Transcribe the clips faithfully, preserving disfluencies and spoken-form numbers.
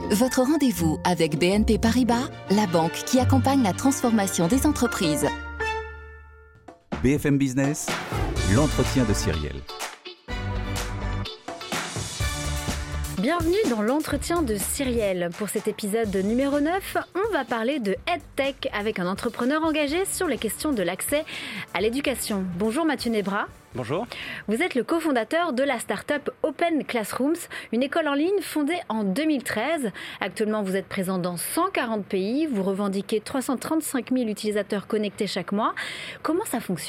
Votre rendez-vous avec B N P Paribas, la banque qui accompagne la transformation des entreprises. B F M Business, l'entretien de Cyrielle. Bienvenue dans l'entretien de Cyrielle. Pour cet épisode numéro neuf, on va parler de EdTech avec un entrepreneur engagé sur les questions de l'accès à l'éducation. Bonjour Mathieu Nebra. Bonjour. Vous êtes le cofondateur de la start-up Open Classrooms, une école en ligne fondée en deux mille treize. Actuellement, vous êtes présent dans cent quarante pays. Vous revendiquez trois cent trente-cinq mille utilisateurs connectés chaque mois. Comment ça fonctionne ?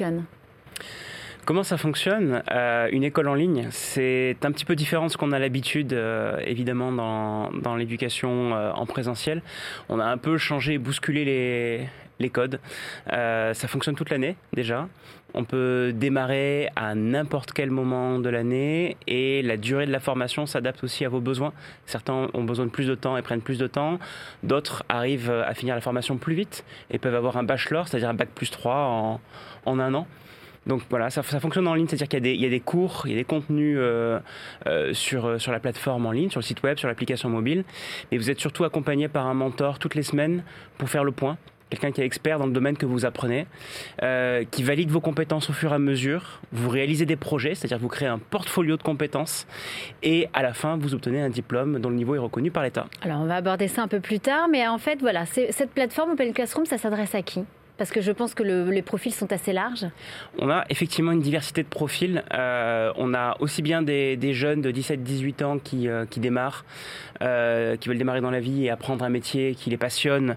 Comment ça fonctionne ? euh, Une école en ligne, c'est un petit peu différent de ce qu'on a l'habitude, euh, évidemment, dans, dans l'éducation euh, en présentiel. On a un peu changé et bousculé les, les codes. Euh, ça fonctionne toute l'année, déjà. On peut démarrer à n'importe quel moment de l'année et la durée de la formation s'adapte aussi à vos besoins. Certains ont besoin de plus de temps et prennent plus de temps. D'autres arrivent à finir la formation plus vite et peuvent avoir un bachelor, c'est-à-dire un bac plus trois en, en un an. Donc voilà, ça, ça fonctionne en ligne, c'est-à-dire qu'il y a des, il y a des cours, il y a des contenus euh, euh, sur, sur la plateforme en ligne, sur le site web, sur l'application mobile. Et vous êtes surtout accompagné par un mentor toutes les semaines pour faire le point. Quelqu'un qui est expert dans le domaine que vous apprenez, euh, qui valide vos compétences au fur et à mesure. Vous réalisez des projets, c'est-à-dire que vous créez un portfolio de compétences et à la fin, vous obtenez un diplôme dont le niveau est reconnu par l'État. Alors, on va aborder ça un peu plus tard, mais en fait, voilà, c'est, cette plateforme Open Classroom, ça s'adresse à qui ? Parce que je pense que le, les profils sont assez larges. On a effectivement une diversité de profils. Euh, on a aussi bien des, des jeunes de dix-sept à dix-huit ans qui, euh, qui démarrent, euh, qui veulent démarrer dans la vie et apprendre un métier qui les passionne,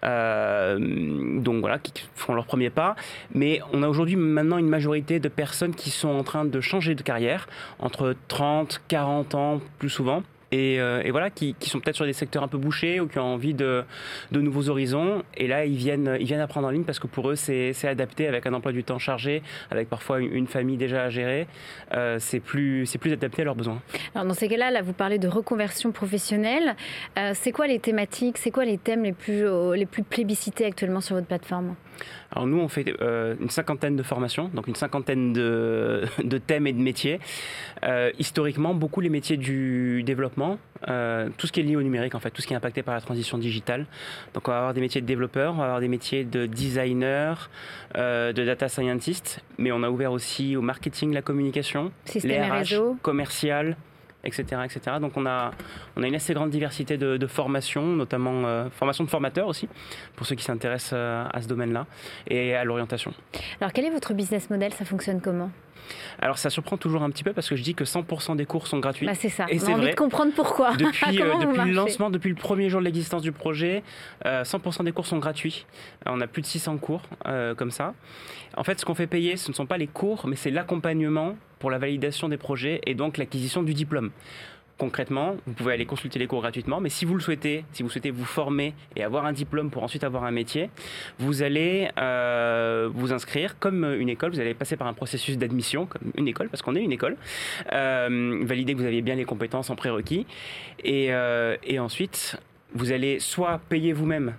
euh, donc voilà, qui font leur premier pas. Mais on a aujourd'hui maintenant une majorité de personnes qui sont en train de changer de carrière, entre trente, quarante ans plus souvent. Et, euh, et voilà, qui, qui sont peut-être sur des secteurs un peu bouchés ou qui ont envie de, de nouveaux horizons. Et là, ils viennent, ils viennent apprendre en ligne parce que pour eux, c'est, c'est adapté avec un emploi du temps chargé, avec parfois une, une famille déjà à gérer. Euh, c'est plus, c'est plus adapté à leurs besoins. Alors dans ces cas-là, là, vous parlez de reconversion professionnelle. Euh, c'est quoi les thématiques, c'est quoi les thèmes les plus, euh, les plus plébiscités actuellement sur votre plateforme ? Alors nous, on fait euh, une cinquantaine de formations, donc une cinquantaine de, de thèmes et de métiers. Euh, historiquement, beaucoup les métiers du développement, euh, tout ce qui est lié au numérique, en fait, tout ce qui est impacté par la transition digitale. Donc on va avoir des métiers de développeurs, on va avoir des métiers de designers, euh, de data scientist, mais on a ouvert aussi au marketing, la communication, système les et R H, réseau, commercial, et cetera, et cetera. Donc on a, on a une assez grande diversité de, de formations, notamment euh, formation de formateurs aussi, pour ceux qui s'intéressent euh, à ce domaine-là, et à l'orientation. Alors quel est votre business model ? Ça fonctionne comment ? Alors ça surprend toujours un petit peu parce que je dis que cent pour cent des cours sont gratuits. Bah c'est ça, et on c'est a envie vrai. de comprendre pourquoi. Depuis, euh, depuis le marchez lancement, depuis le premier jour de l'existence du projet, euh, cent pour cent des cours sont gratuits. Euh, on a plus de six cents cours euh, comme ça. En fait, ce qu'on fait payer, ce ne sont pas les cours, mais c'est l'accompagnement pour la validation des projets et donc l'acquisition du diplôme. Concrètement, vous pouvez aller consulter les cours gratuitement, mais si vous le souhaitez, si vous souhaitez vous former et avoir un diplôme pour ensuite avoir un métier, vous allez euh, vous inscrire comme une école, vous allez passer par un processus d'admission, comme une école, parce qu'on est une école, euh, valider que vous aviez bien les compétences en prérequis, et, euh, et ensuite, vous allez soit payer vous-même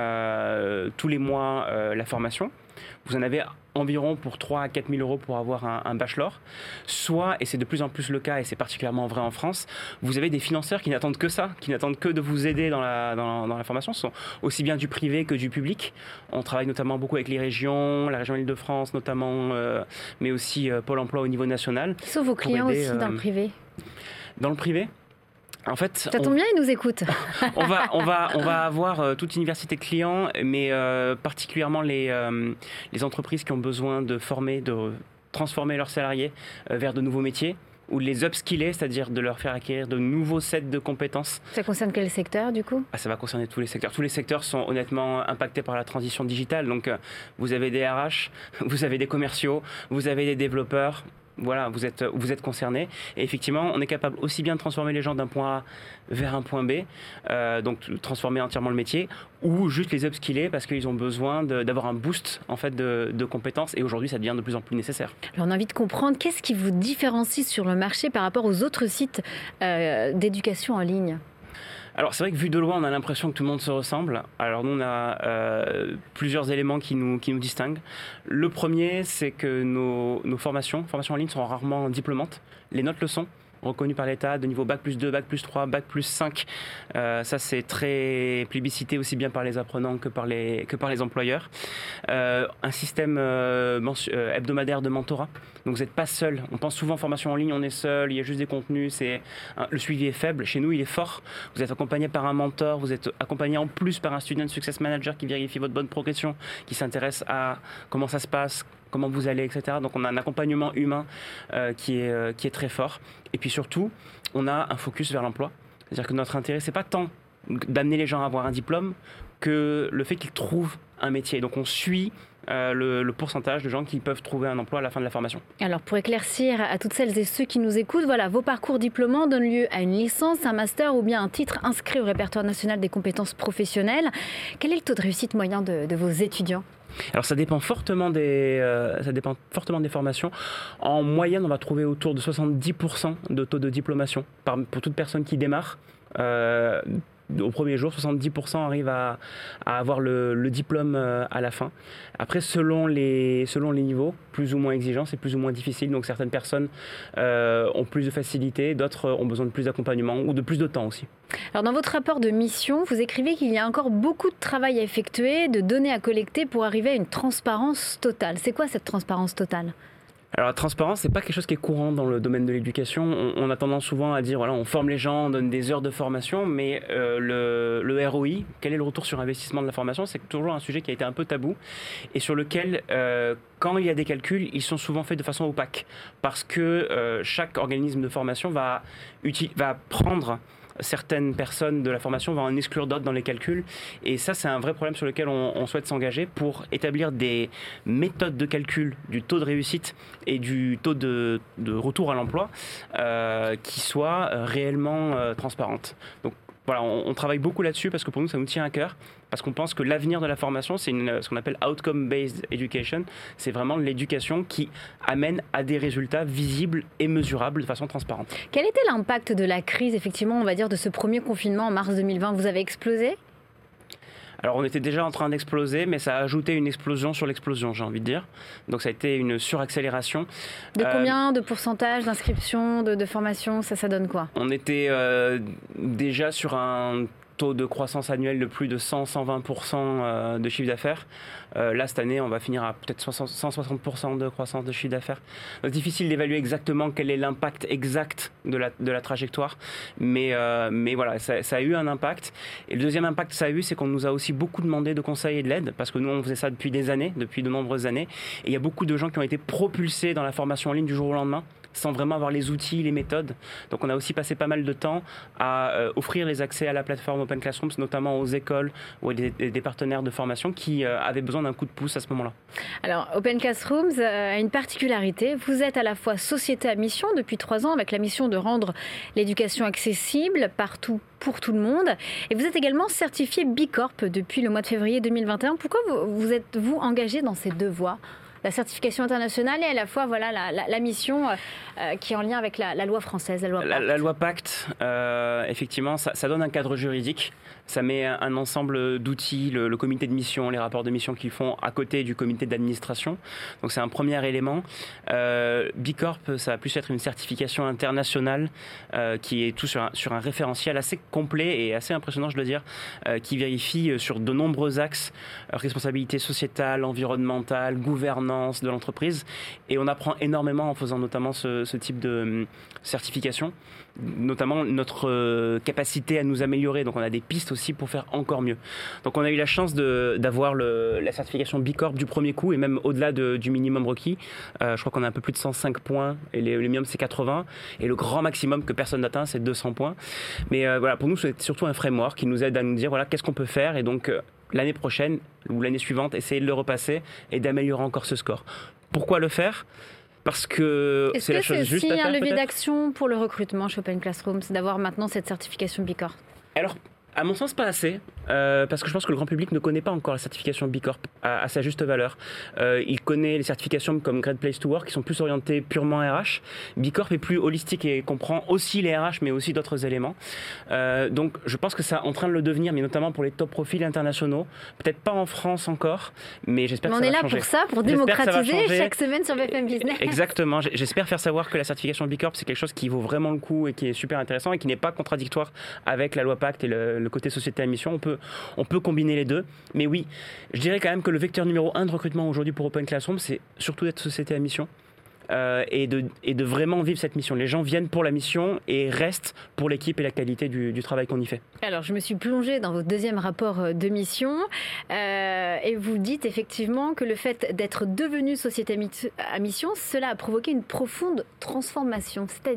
euh, tous les mois euh, la formation, vous en avez environ pour trois à quatre mille euros pour avoir un, un bachelor. Soit, et c'est de plus en plus le cas, et c'est particulièrement vrai en France, vous avez des financeurs qui n'attendent que ça, qui n'attendent que de vous aider dans la, dans, dans la formation. Ce sont aussi bien du privé que du public. On travaille notamment beaucoup avec les régions, la région Île-de-France notamment, euh, mais aussi euh, Pôle emploi au niveau national. Qui sont vos clients aider, aussi euh, dans le privé ? Dans le privé ? En fait, ça tombe on, bien, ils nous écoutent. on, va, on, va, on va avoir euh, toute une diversité de clients, mais euh, particulièrement les, euh, les entreprises qui ont besoin de former, de transformer leurs salariés euh, vers de nouveaux métiers, ou de les upskiller, c'est-à-dire de leur faire acquérir de nouveaux sets de compétences. Ça concerne quel secteur, du coup ? Ah, ça va concerner tous les secteurs. Tous les secteurs sont honnêtement impactés par la transition digitale. Donc, euh, vous avez des R H, vous avez des commerciaux, vous avez des développeurs. Voilà, vous êtes, vous êtes concernés. Et effectivement, on est capable aussi bien de transformer les gens d'un point A vers un point B, euh, donc transformer entièrement le métier, ou juste les upskiller parce qu'ils ont besoin de, d'avoir un boost en fait, de, de compétences. Et aujourd'hui, ça devient de plus en plus nécessaire. Alors, on a envie de comprendre qu'est-ce qui vous différencie sur le marché par rapport aux autres sites euh, d'éducation en ligne ? Alors c'est vrai que vu de loin, on a l'impression que tout le monde se ressemble. Alors nous, on a euh, plusieurs éléments qui nous, qui nous distinguent. Le premier, c'est que nos, nos formations, formations en ligne sont rarement diplômantes. Les notes le sont. reconnu par l'État, de niveau bac plus deux, bac plus trois, bac plus cinq. Euh, ça, c'est très plébiscité aussi bien par les apprenants que par les, que par les employeurs. Euh, un système euh, mensu- euh, hebdomadaire de mentorat. Donc vous n'êtes pas seul. On pense souvent formation en ligne, on est seul, il y a juste des contenus, c'est, un, le suivi est faible. Chez nous, il est fort. Vous êtes accompagné par un mentor, vous êtes accompagné en plus par un Student Success Manager qui vérifie votre bonne progression, qui s'intéresse à comment ça se passe, comment vous allez, et cetera. Donc on a un accompagnement humain euh, qui, est, euh, qui est très fort. Et puis surtout, on a un focus vers l'emploi. C'est-à-dire que notre intérêt, c'est pas tant d'amener les gens à avoir un diplôme que le fait qu'ils trouvent un métier. Donc on suit euh, le, le pourcentage de gens qui peuvent trouver un emploi à la fin de la formation. Alors pour éclaircir à toutes celles et ceux qui nous écoutent, voilà, vos parcours diplômants donnent lieu à une licence, un master ou bien un titre inscrit au répertoire national des compétences professionnelles. Quel est le taux de réussite moyen de, de vos étudiants ? Alors ça dépend fortement des, euh, ça dépend fortement des formations. En moyenne, on va trouver autour de soixante-dix pour cent de taux de diplomation par, pour toute personne qui démarre. Euh, au premier jour, soixante-dix pour cent arrivent à, à avoir le, le diplôme à la fin. Après, selon les, selon les niveaux, plus ou moins exigeants, c'est plus ou moins difficile. Donc certaines personnes euh, ont plus de facilité, d'autres ont besoin de plus d'accompagnement ou de plus de temps aussi. Alors dans votre rapport de mission, vous écrivez qu'il y a encore beaucoup de travail à effectuer, de données à collecter pour arriver à une transparence totale. C'est quoi cette transparence totale ? Alors la transparence, c'est pas quelque chose qui est courant dans le domaine de l'éducation. On, on a tendance souvent à dire, voilà, on forme les gens, on donne des heures de formation, mais euh, le, le R O I, quel est le retour sur investissement de la formation, c'est toujours un sujet qui a été un peu tabou et sur lequel, euh, quand il y a des calculs, ils sont souvent faits de façon opaque parce que euh, chaque organisme de formation va, uti- va prendre certaines personnes de la formation vont en exclure d'autres dans les calculs. Et ça, c'est un vrai problème sur lequel on, on souhaite s'engager pour établir des méthodes de calcul du taux de réussite et du taux de, de retour à l'emploi euh, qui soient réellement euh, transparentes. Donc, voilà, on, on travaille beaucoup là-dessus parce que pour nous, ça nous tient à cœur. Parce qu'on pense que l'avenir de la formation, c'est une, ce qu'on appelle outcome-based education. C'est vraiment l'éducation qui amène à des résultats visibles et mesurables de façon transparente. Quel était l'impact de la crise, effectivement, on va dire, de ce premier confinement en mars deux mille vingt ? Vous avez explosé ? Alors on était déjà en train d'exploser, mais ça a ajouté une explosion sur l'explosion, j'ai envie de dire. Donc ça a été une suraccélération. De combien euh, de pourcentage d'inscription, de, de formation, ça, ça donne quoi ? On était euh, déjà sur un taux de croissance annuelle de plus de cent à cent vingt pour cent de chiffre d'affaires. Euh, là, cette année, on va finir à peut-être cent soixante pour cent de croissance de chiffre d'affaires. Donc, difficile d'évaluer exactement quel est l'impact exact de la, de la trajectoire. Mais, euh, mais voilà, ça, ça a eu un impact. Et le deuxième impact que ça a eu, c'est qu'on nous a aussi beaucoup demandé de conseils et de l'aide, parce que nous, on faisait ça depuis des années, depuis de nombreuses années. Et il y a beaucoup de gens qui ont été propulsés dans la formation en ligne du jour au lendemain, sans vraiment avoir les outils, les méthodes. Donc on a aussi passé pas mal de temps à euh, offrir les accès à la plateforme Open Classrooms, notamment aux écoles ou des, des partenaires de formation qui euh, avaient besoin d'un coup de pouce à ce moment-là. Alors Open Classrooms a une particularité. Vous êtes à la fois société à mission depuis trois ans avec la mission de rendre l'éducation accessible partout pour tout le monde. Et vous êtes également certifié Bicorp depuis le mois de février deux mille vingt et un. Pourquoi vous, vous êtes-vous engagé dans ces deux voies ? La certification internationale et à la fois voilà, la, la, la mission euh, qui est en lien avec la, la loi française, la loi Pacte. La, la loi Pacte, euh, effectivement, ça, ça donne un cadre juridique. Ça met un ensemble d'outils, le, le comité de mission, les rapports de mission qu'ils font à côté du comité d'administration. Donc c'est un premier élément. Euh, Bicorp, ça va plus être une certification internationale euh, qui est tout sur un, sur un référentiel assez complet et assez impressionnant, je dois dire, euh, qui vérifie sur de nombreux axes, euh, responsabilité sociétale, environnementale, gouvernance de l'entreprise. Et on apprend énormément en faisant notamment ce, ce type de euh, certification, notamment notre euh, capacité à nous améliorer. Donc on a des pistes aussi pour faire encore mieux. Donc on a eu la chance de, d'avoir le, la certification Bicorp du premier coup et même au-delà de, du minimum requis. Euh, je crois qu'on a un peu plus de cent cinq points et les, le minimum c'est quatre-vingts et le grand maximum que personne n'atteint c'est deux cents points. Mais euh, voilà, pour nous c'est surtout un framework qui nous aide à nous dire voilà qu'est-ce qu'on peut faire et donc euh, l'année prochaine ou l'année suivante essayer de le repasser et d'améliorer encore ce score. Pourquoi le faire ? Parce que Est-ce c'est que la chose c'est juste aussi à faire, un levier peut-être d'action pour le recrutement chez Open Classrooms, d'avoir maintenant cette certification Bicorp ? Alors, à mon sens, pas assez. euh, parce que je pense que le grand public ne connaît pas encore la certification B Corp à, à sa juste valeur. Euh, il connaît les certifications comme Great Place to Work qui sont plus orientées purement R H. B Corp est plus holistique et comprend aussi les R H mais aussi d'autres éléments. Euh, donc je pense que ça est en train de le devenir, mais notamment pour les top profils internationaux. Peut-être pas en France encore, mais j'espère mais que ça va changer. On est là pour ça, pour démocratiser chaque semaine sur B F M Business. Exactement. J'espère faire savoir que la certification B Corp c'est quelque chose qui vaut vraiment le coup et qui est super intéressant et qui n'est pas contradictoire avec la loi Pacte et le, le côté société à mission. On peut, on peut combiner les deux. Mais oui, je dirais quand même que le vecteur numéro un de recrutement aujourd'hui pour Open Classroom, c'est surtout d'être société à mission. Euh, et, de, et de vraiment vivre cette mission. Les gens viennent pour la mission et restent pour l'équipe et la qualité du, du travail qu'on y fait. Alors, je me suis plongée dans votre deuxième rapport de mission euh, et vous dites effectivement que le fait d'être devenu société à mission, cela a provoqué une profonde transformation. C'est-à-dire ?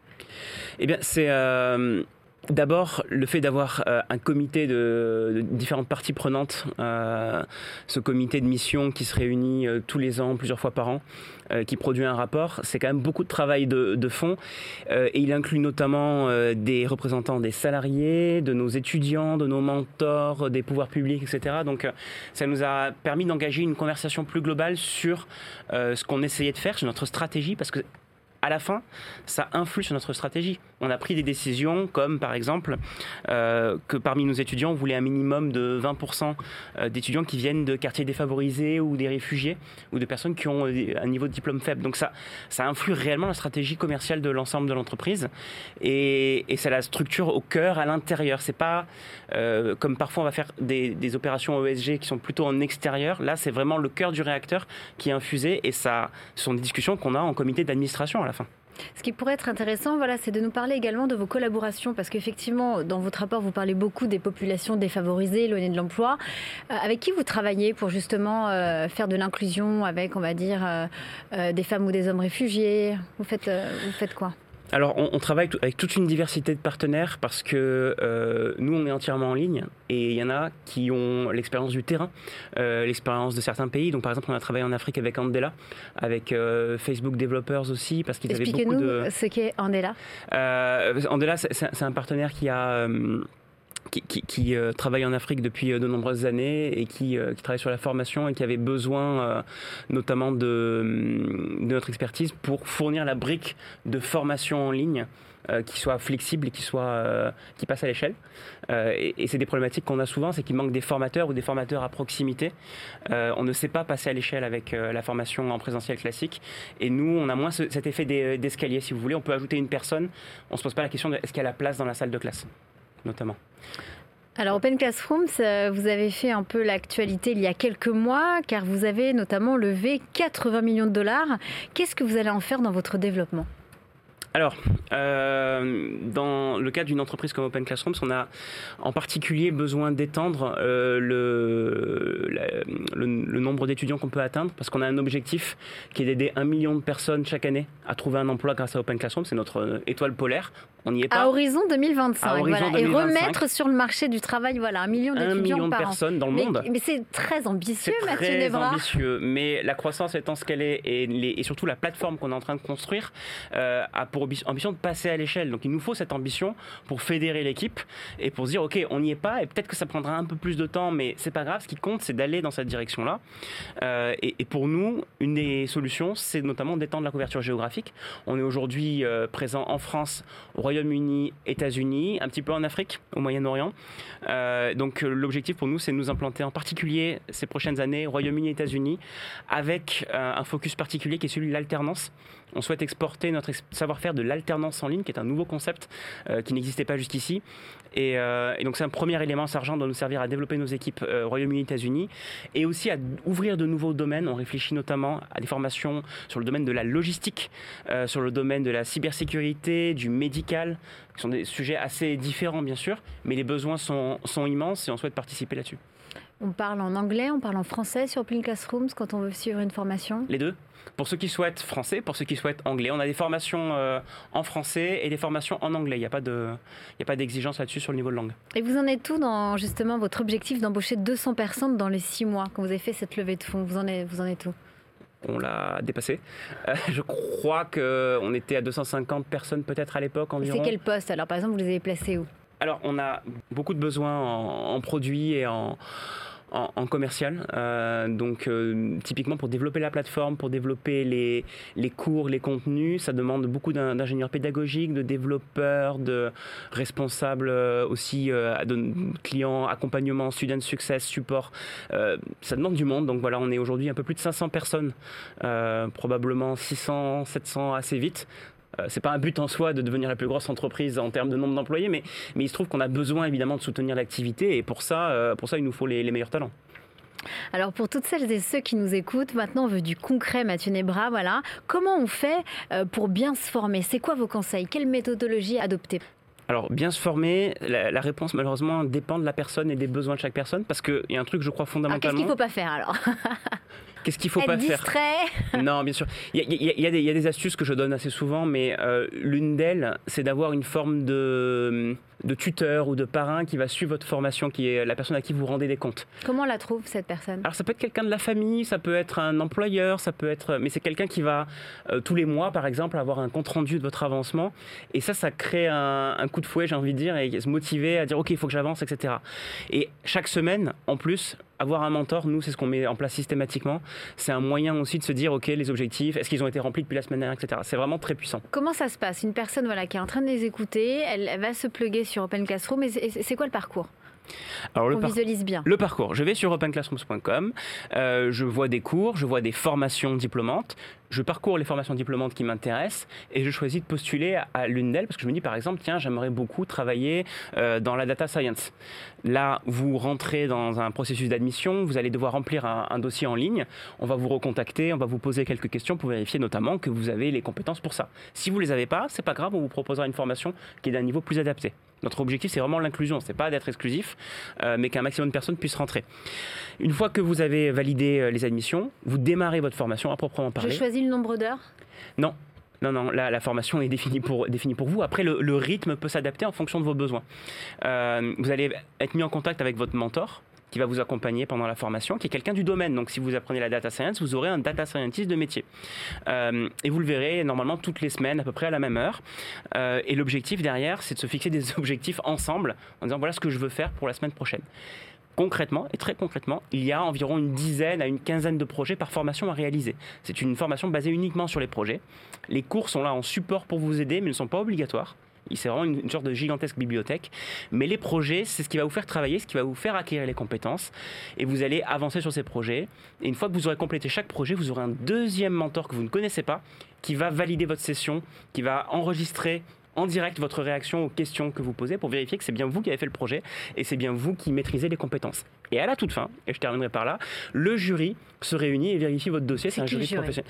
Eh bien, c'est... Euh D'abord, le fait d'avoir euh, un comité de, de différentes parties prenantes, euh, ce comité de mission qui se réunit euh, tous les ans, plusieurs fois par an, euh, qui produit un rapport, c'est quand même beaucoup de travail de, de fond euh, et il inclut notamment euh, des représentants des salariés, de nos étudiants, de nos mentors, des pouvoirs publics, et cetera. Donc, euh, ça nous a permis d'engager une conversation plus globale sur euh, ce qu'on essayait de faire, sur notre stratégie, parce que à la fin, ça influe sur notre stratégie. On a pris des décisions comme, par exemple, euh, que parmi nos étudiants, on voulait un minimum de vingt pour cent d'étudiants qui viennent de quartiers défavorisés ou des réfugiés ou de personnes qui ont un niveau de diplôme faible. Donc ça, ça influe réellement la stratégie commerciale de l'ensemble de l'entreprise et, et c'est la structure au cœur, à l'intérieur. C'est pas euh, comme parfois on va faire des, des opérations E S G qui sont plutôt en extérieur. Là, c'est vraiment le cœur du réacteur qui est infusé et ça, ce sont des discussions qu'on a en comité d'administration à la fin. Ce qui pourrait être intéressant, voilà, c'est de nous parler également de vos collaborations, parce qu'effectivement, dans votre rapport, vous parlez beaucoup des populations défavorisées, éloignées de l'emploi. Euh, avec qui vous travaillez pour justement euh, faire de l'inclusion avec, on va dire, euh, euh, des femmes ou des hommes réfugiés ? Vous faites, euh, vous faites quoi ? Alors, on, on travaille t- avec toute une diversité de partenaires parce que euh, nous, on est entièrement en ligne et il y en a qui ont l'expérience du terrain, euh, l'expérience de certains pays. Donc, par exemple, on a travaillé en Afrique avec Andela, avec euh, Facebook Developers aussi, parce qu'ils avaient beaucoup de... Expliquez-nous ce qu'est Andela. Euh, Andela, c'est, c'est un partenaire qui a... Euh, qui, qui, qui euh, travaille en Afrique depuis euh, de nombreuses années et qui, euh, qui travaille sur la formation et qui avait besoin euh, notamment de, de notre expertise pour fournir la brique de formation en ligne euh, qui soit flexible et qui, soit, euh, qui passe à l'échelle. Euh, et, et c'est des problématiques qu'on a souvent, c'est qu'il manque des formateurs ou des formateurs à proximité. Euh, on ne sait pas passer à l'échelle avec euh, la formation en présentiel classique. Et nous, on a moins ce, cet effet d'escalier, si vous voulez. On peut ajouter une personne, on ne se pose pas la question de est-ce qu'il y a la place dans la salle de classe, notamment. Alors Open Classrooms, vous avez fait un peu l'actualité il y a quelques mois, car vous avez notamment levé quatre-vingts millions de dollars. Qu'est-ce que vous allez en faire dans votre développement ? Alors, euh, dans le cas d'une entreprise comme Open Classrooms, on a en particulier besoin d'étendre euh, le, la, le, le nombre d'étudiants qu'on peut atteindre, parce qu'on a un objectif qui est d'aider un million de personnes chaque année à trouver un emploi grâce à Open Classrooms. C'est notre étoile polaire. On n'y est pas. À horizon deux mille vingt-cinq, à horizon voilà. deux mille vingt-cinq. Et remettre sur le marché du travail, voilà, un million d'étudiants un million de par personnes an. dans le mais, monde. Mais c'est très ambitieux, c'est Mathieu très Desbras. ambitieux, mais la croissance étant ce qu'elle est et, les, et surtout la plateforme qu'on est en train de construire euh, a pour ambition de passer à l'échelle. Donc il nous faut cette ambition pour fédérer l'équipe et pour se dire ok, on n'y est pas et peut-être que ça prendra un peu plus de temps, mais c'est pas grave. Ce qui compte, c'est d'aller dans cette direction-là. Euh, et, et pour nous, une des solutions, c'est notamment d'étendre la couverture géographique. On est aujourd'hui euh, présent en France, au Royaume-Uni, États-Unis, un petit peu en Afrique, au Moyen-Orient. Euh, donc euh, l'objectif pour nous, c'est de nous implanter en particulier ces prochaines années, Royaume-Uni, États-Unis, avec euh, un focus particulier qui est celui de l'alternance. On souhaite exporter notre ex- savoir-faire de l'alternance en ligne, qui est un nouveau concept euh, qui n'existait pas jusqu'ici. Et, euh, et donc c'est un premier élément. Cet argent doit nous servir à développer nos équipes euh, Royaume-Uni, États-Unis, et aussi à ouvrir de nouveaux domaines. On réfléchit notamment à des formations sur le domaine de la logistique, euh, sur le domaine de la cybersécurité, du médical, qui sont des sujets assez différents bien sûr, mais les besoins sont, sont immenses et on souhaite participer là-dessus. On parle en anglais, on parle en français sur Open Classrooms quand on veut suivre une formation ? Les deux. Pour ceux qui souhaitent français, pour ceux qui souhaitent anglais. On a des formations euh, en français et des formations en anglais. Il n'y a pas de, il n'y a pas d'exigence là-dessus sur le niveau de langue. Et vous en êtes où dans justement votre objectif d'embaucher deux cents personnes dans les six mois quand vous avez fait cette levée de fonds ? Vous en êtes, vous en êtes où ? On l'a dépassé. Euh, je crois qu'on était à deux cent cinquante personnes peut-être à l'époque environ. C'est quel poste alors ? Par exemple, vous les avez placés où ? Alors, on a beaucoup de besoins en, en produits et en, en, en commercial. Euh, donc, euh, typiquement, pour développer la plateforme, pour développer les, les cours, les contenus, ça demande beaucoup d'un, d'ingénieurs pédagogiques, de développeurs, de responsables euh, aussi, euh, de clients, accompagnement, student success, support. Euh, ça demande du monde. Donc, voilà, on est aujourd'hui un peu plus de cinq cents personnes, euh, probablement six cents, sept cents assez vite. Euh, c'est pas un but en soi de devenir la plus grosse entreprise en termes de nombre d'employés, mais, mais il se trouve qu'on a besoin évidemment de soutenir l'activité et pour ça, euh, pour ça il nous faut les, les meilleurs talents. Alors pour toutes celles et ceux qui nous écoutent, maintenant on veut du concret, Mathieu Nebra, voilà. Comment on fait pour bien se former? C'est quoi vos conseils? Quelle méthodologie adopter? Alors, bien se former, la, la réponse malheureusement dépend de la personne et des besoins de chaque personne, parce qu'il y a un truc, je crois, fondamentalement... Alors, qu'est-ce qu'il ne faut pas faire alors? Qu'est-ce qu'il ne faut Être pas distrait. faire? Non, bien sûr. Il y, y, y, y a des astuces que je donne assez souvent, mais euh, l'une d'elles, c'est d'avoir une forme de, de tuteur ou de parrain qui va suivre votre formation, qui est la personne à qui vous rendez des comptes. Comment on la trouve, cette personne? Alors, ça peut être quelqu'un de la famille, ça peut être un employeur, ça peut être... Mais c'est quelqu'un qui va, euh, tous les mois, par exemple, avoir un compte-rendu de votre avancement. Et ça, ça crée un, un coup de fouet, j'ai envie de dire, et se motiver à dire « Ok, il faut que j'avance, et cetera » Et chaque semaine, en plus... Avoir un mentor, nous, c'est ce qu'on met en place systématiquement. C'est un moyen aussi de se dire, OK, les objectifs, est-ce qu'ils ont été remplis depuis la semaine dernière, et cetera. C'est vraiment très puissant. Comment ça se passe? Une personne voilà, qui est en train de les écouter, elle, elle va se plugger sur Open Classroom. Et c'est, c'est quoi le parcours? Alors, le on par... visualise bien. Le parcours. Je vais sur open classrooms point com, euh, je vois des cours, je vois des formations diplômantes, je parcours les formations diplômantes qui m'intéressent et je choisis de postuler à, à l'une d'elles parce que je me dis par exemple, tiens, j'aimerais beaucoup travailler euh, dans la data science. Là, vous rentrez dans un processus d'admission, vous allez devoir remplir un, un dossier en ligne, on va vous recontacter, on va vous poser quelques questions pour vérifier notamment que vous avez les compétences pour ça. Si vous ne les avez pas, c'est pas grave, on vous proposera une formation qui est d'un niveau plus adapté. Notre objectif, c'est vraiment l'inclusion, c'est pas d'être exclusif, euh, mais qu'un maximum de personnes puissent rentrer. Une fois que vous avez validé euh, les admissions, vous démarrez votre formation à proprement parler. Je choisis le nombre d'heures? Non. Non, non, la, la formation est définie pour, définie pour vous. Après, le, le rythme peut s'adapter en fonction de vos besoins. Euh, vous allez être mis en contact avec votre mentor, qui va vous accompagner pendant la formation, qui est quelqu'un du domaine. Donc, si vous apprenez la data science, vous aurez un data scientist de métier. Euh, et vous le verrez normalement toutes les semaines, à peu près à la même heure. Euh, et l'objectif derrière, c'est de se fixer des objectifs ensemble, en disant voilà ce que je veux faire pour la semaine prochaine. Concrètement, et très concrètement, il y a environ une dizaine à une quinzaine de projets par formation à réaliser. C'est une formation basée uniquement sur les projets. Les cours sont là en support pour vous aider, mais ne sont pas obligatoires. C'est vraiment une, une sorte de gigantesque bibliothèque. Mais les projets, c'est ce qui va vous faire travailler, ce qui va vous faire acquérir les compétences. Et vous allez avancer sur ces projets. Et une fois que vous aurez complété chaque projet, vous aurez un deuxième mentor que vous ne connaissez pas, qui va valider votre session, qui va enregistrer en direct votre réaction aux questions que vous posez pour vérifier que c'est bien vous qui avez fait le projet et c'est bien vous qui maîtrisez les compétences. Et à la toute fin, et je terminerai par là, le jury se réunit et vérifie votre dossier. C'est, c'est un jury, jury professionnel.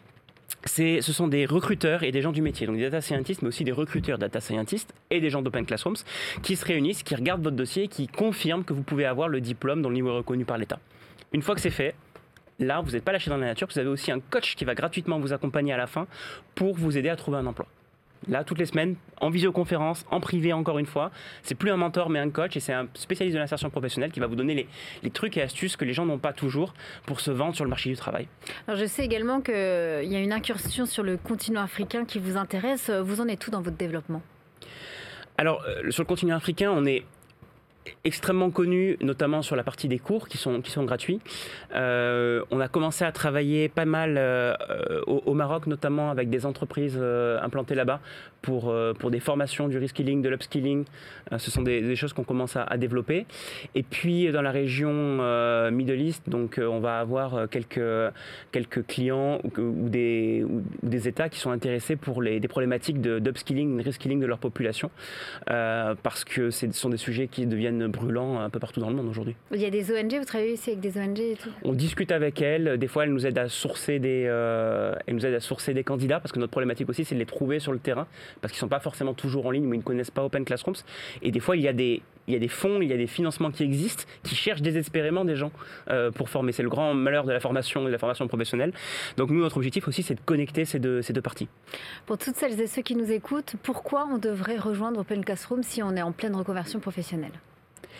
C'est, ce sont des recruteurs et des gens du métier, donc des data scientists, mais aussi des recruteurs data scientists et des gens d'Open Classrooms qui se réunissent, qui regardent votre dossier et qui confirment que vous pouvez avoir le diplôme dont le niveau est reconnu par l'État. Une fois que c'est fait, là, vous n'êtes pas lâché dans la nature, vous avez aussi un coach qui va gratuitement vous accompagner à la fin pour vous aider à trouver un emploi. Là, toutes les semaines, en visioconférence, en privé encore une fois. C'est plus un mentor, mais un coach. Et c'est un spécialiste de l'insertion professionnelle qui va vous donner les, les trucs et astuces que les gens n'ont pas toujours pour se vendre sur le marché du travail. Alors, je sais également qu'il y a une incursion sur le continent africain qui vous intéresse. Vous en êtes où dans votre développement? Alors, euh, sur le continent africain, on est extrêmement connu, notamment sur la partie des cours qui sont, qui sont gratuits. Euh, on a commencé à travailler pas mal euh, au, au Maroc, notamment avec des entreprises euh, implantées là-bas pour, euh, pour des formations, du reskilling, de l'upskilling. Euh, ce sont des, des choses qu'on commence à, à développer. Et puis dans la région euh, Middle East, donc, euh, on va avoir quelques, quelques clients ou, ou, des, ou des États qui sont intéressés pour les, des problématiques de, d'upskilling, de reskilling de leur population, euh, parce que ce sont des sujets qui deviennent brûlants un peu partout dans le monde aujourd'hui. Il y a des O N G, vous travaillez aussi avec des O N G et tout? On discute avec elles, des fois elles nous aident à sourcer des, euh, elles nous aident à sourcer des candidats, parce que notre problématique aussi c'est de les trouver sur le terrain, parce qu'ils ne sont pas forcément toujours en ligne ou ils ne connaissent pas Open Classrooms. Et des fois il y a des, il y a des fonds, il y a des financements qui existent, qui cherchent désespérément des gens euh, pour former. C'est le grand malheur de la formation et de la formation professionnelle. Donc nous, notre objectif aussi c'est de connecter ces deux, ces deux parties. Pour toutes celles et ceux qui nous écoutent, pourquoi on devrait rejoindre Open Classrooms si on est en pleine reconversion professionnelle?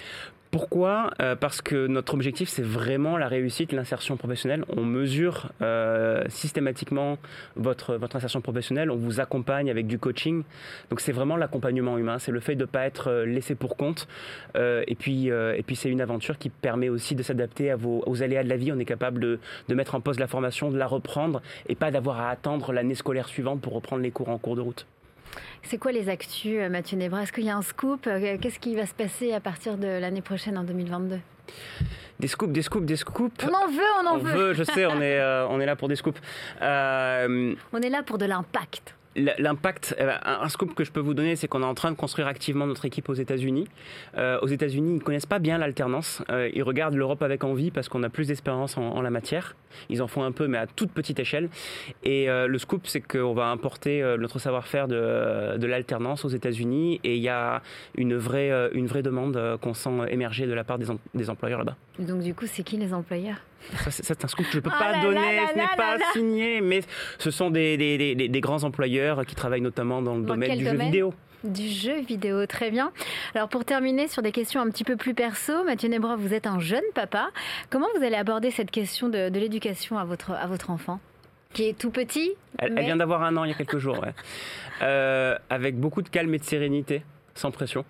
Pourquoi ? euh, Parce que notre objectif, c'est vraiment la réussite, l'insertion professionnelle. On mesure euh, systématiquement votre, votre insertion professionnelle. On vous accompagne avec du coaching. Donc, c'est vraiment l'accompagnement humain. C'est le fait de ne pas être laissé pour compte. Euh, et puis, euh, et puis, c'est une aventure qui permet aussi de s'adapter à vos, aux aléas de la vie. On est capable de, de mettre en pause la formation, de la reprendre et pas d'avoir à attendre l'année scolaire suivante pour reprendre les cours en cours de route. C'est quoi les actus, Mathieu Nebra ? Est-ce qu'il y a un scoop ? Qu'est-ce qui va se passer à partir de l'année prochaine, en deux mille vingt-deux ? Des scoops, des scoops, des scoops. On en veut, on en on veut. veut. Je sais, on est, euh, on est là pour des scoops. Euh, on est là pour de l'impact. L'impact, un scoop que je peux vous donner, c'est qu'on est en train de construire activement notre équipe aux États-Unis. Euh, aux États-Unis, ils ne connaissent pas bien l'alternance. Euh, ils regardent l'Europe avec envie parce qu'on a plus d'expérience en, en la matière. Ils en font un peu, mais à toute petite échelle. Et euh, le scoop, c'est qu'on va importer euh, notre savoir-faire de, de l'alternance aux États-Unis. Et il y a une vraie, euh, une vraie demande euh, qu'on sent émerger de la part des, em- des employeurs là-bas. Donc du coup, c'est qui les employeurs ? Ça, c'est, c'est un scoop que je ne peux oh pas là donner, là ce là n'est là pas là signé, mais ce sont des, des, des, des grands employeurs qui travaillent notamment dans le Dans domaine quel du domaine ? jeu vidéo. Du jeu vidéo, très bien. Alors pour terminer sur des questions un petit peu plus perso, Mathieu Nebra, vous êtes un jeune papa. Comment vous allez aborder cette question de, de l'éducation à votre, à votre enfant ? Qui est tout petit Elle, mais... elle vient d'avoir un an il y a quelques jours, ouais. euh, avec beaucoup de calme et de sérénité, sans pression.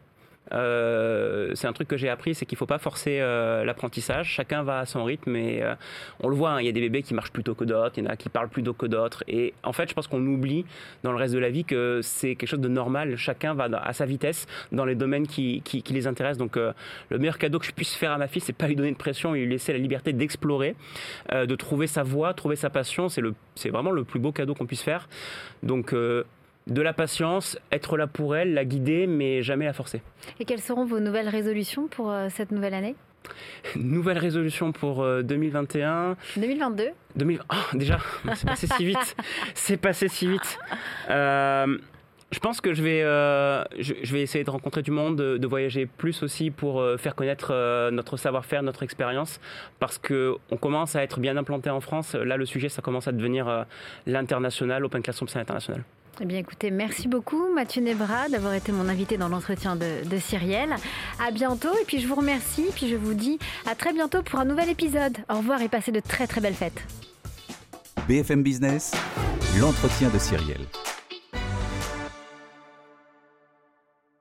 Euh, c'est un truc que j'ai appris, c'est qu'il ne faut pas forcer euh, l'apprentissage. Chacun va à son rythme et euh, on le voit, hein, il y a des bébés qui marchent plus tôt que d'autres, il y en a qui parlent plus tôt que d'autres. Et en fait, je pense qu'on oublie dans le reste de la vie que c'est quelque chose de normal. Chacun va à sa vitesse dans les domaines qui, qui, qui les intéressent. Donc euh, le meilleur cadeau que je puisse faire à ma fille, c'est pas lui donner de pression et lui laisser la liberté d'explorer, euh, de trouver sa voie, trouver sa passion. C'est, le, c'est vraiment le plus beau cadeau qu'on puisse faire. Donc euh, de la patience, être là pour elle, la guider, mais jamais la forcer. Et quelles seront vos nouvelles résolutions pour euh, cette nouvelle année ? Nouvelle résolution pour euh, deux mille vingt et un. deux mille vingt-deux. deux mille... Oh, déjà, c'est passé si vite. C'est passé si vite. Euh, je pense que je vais, euh, je, je vais essayer de rencontrer du monde, de, de voyager plus aussi pour euh, faire connaître euh, notre savoir-faire, notre expérience, parce qu'on commence à être bien implanté en France. Là, le sujet, ça commence à devenir euh, l'international, Open Classrooms, c'est l'international. Eh bien écoutez, merci beaucoup Mathieu Nebra d'avoir été mon invité dans l'entretien de, de Cyrielle. À bientôt et puis je vous remercie, puis je vous dis à très bientôt pour un nouvel épisode. Au revoir et passez de très très belles fêtes. B F M Business, l'entretien de Cyrielle.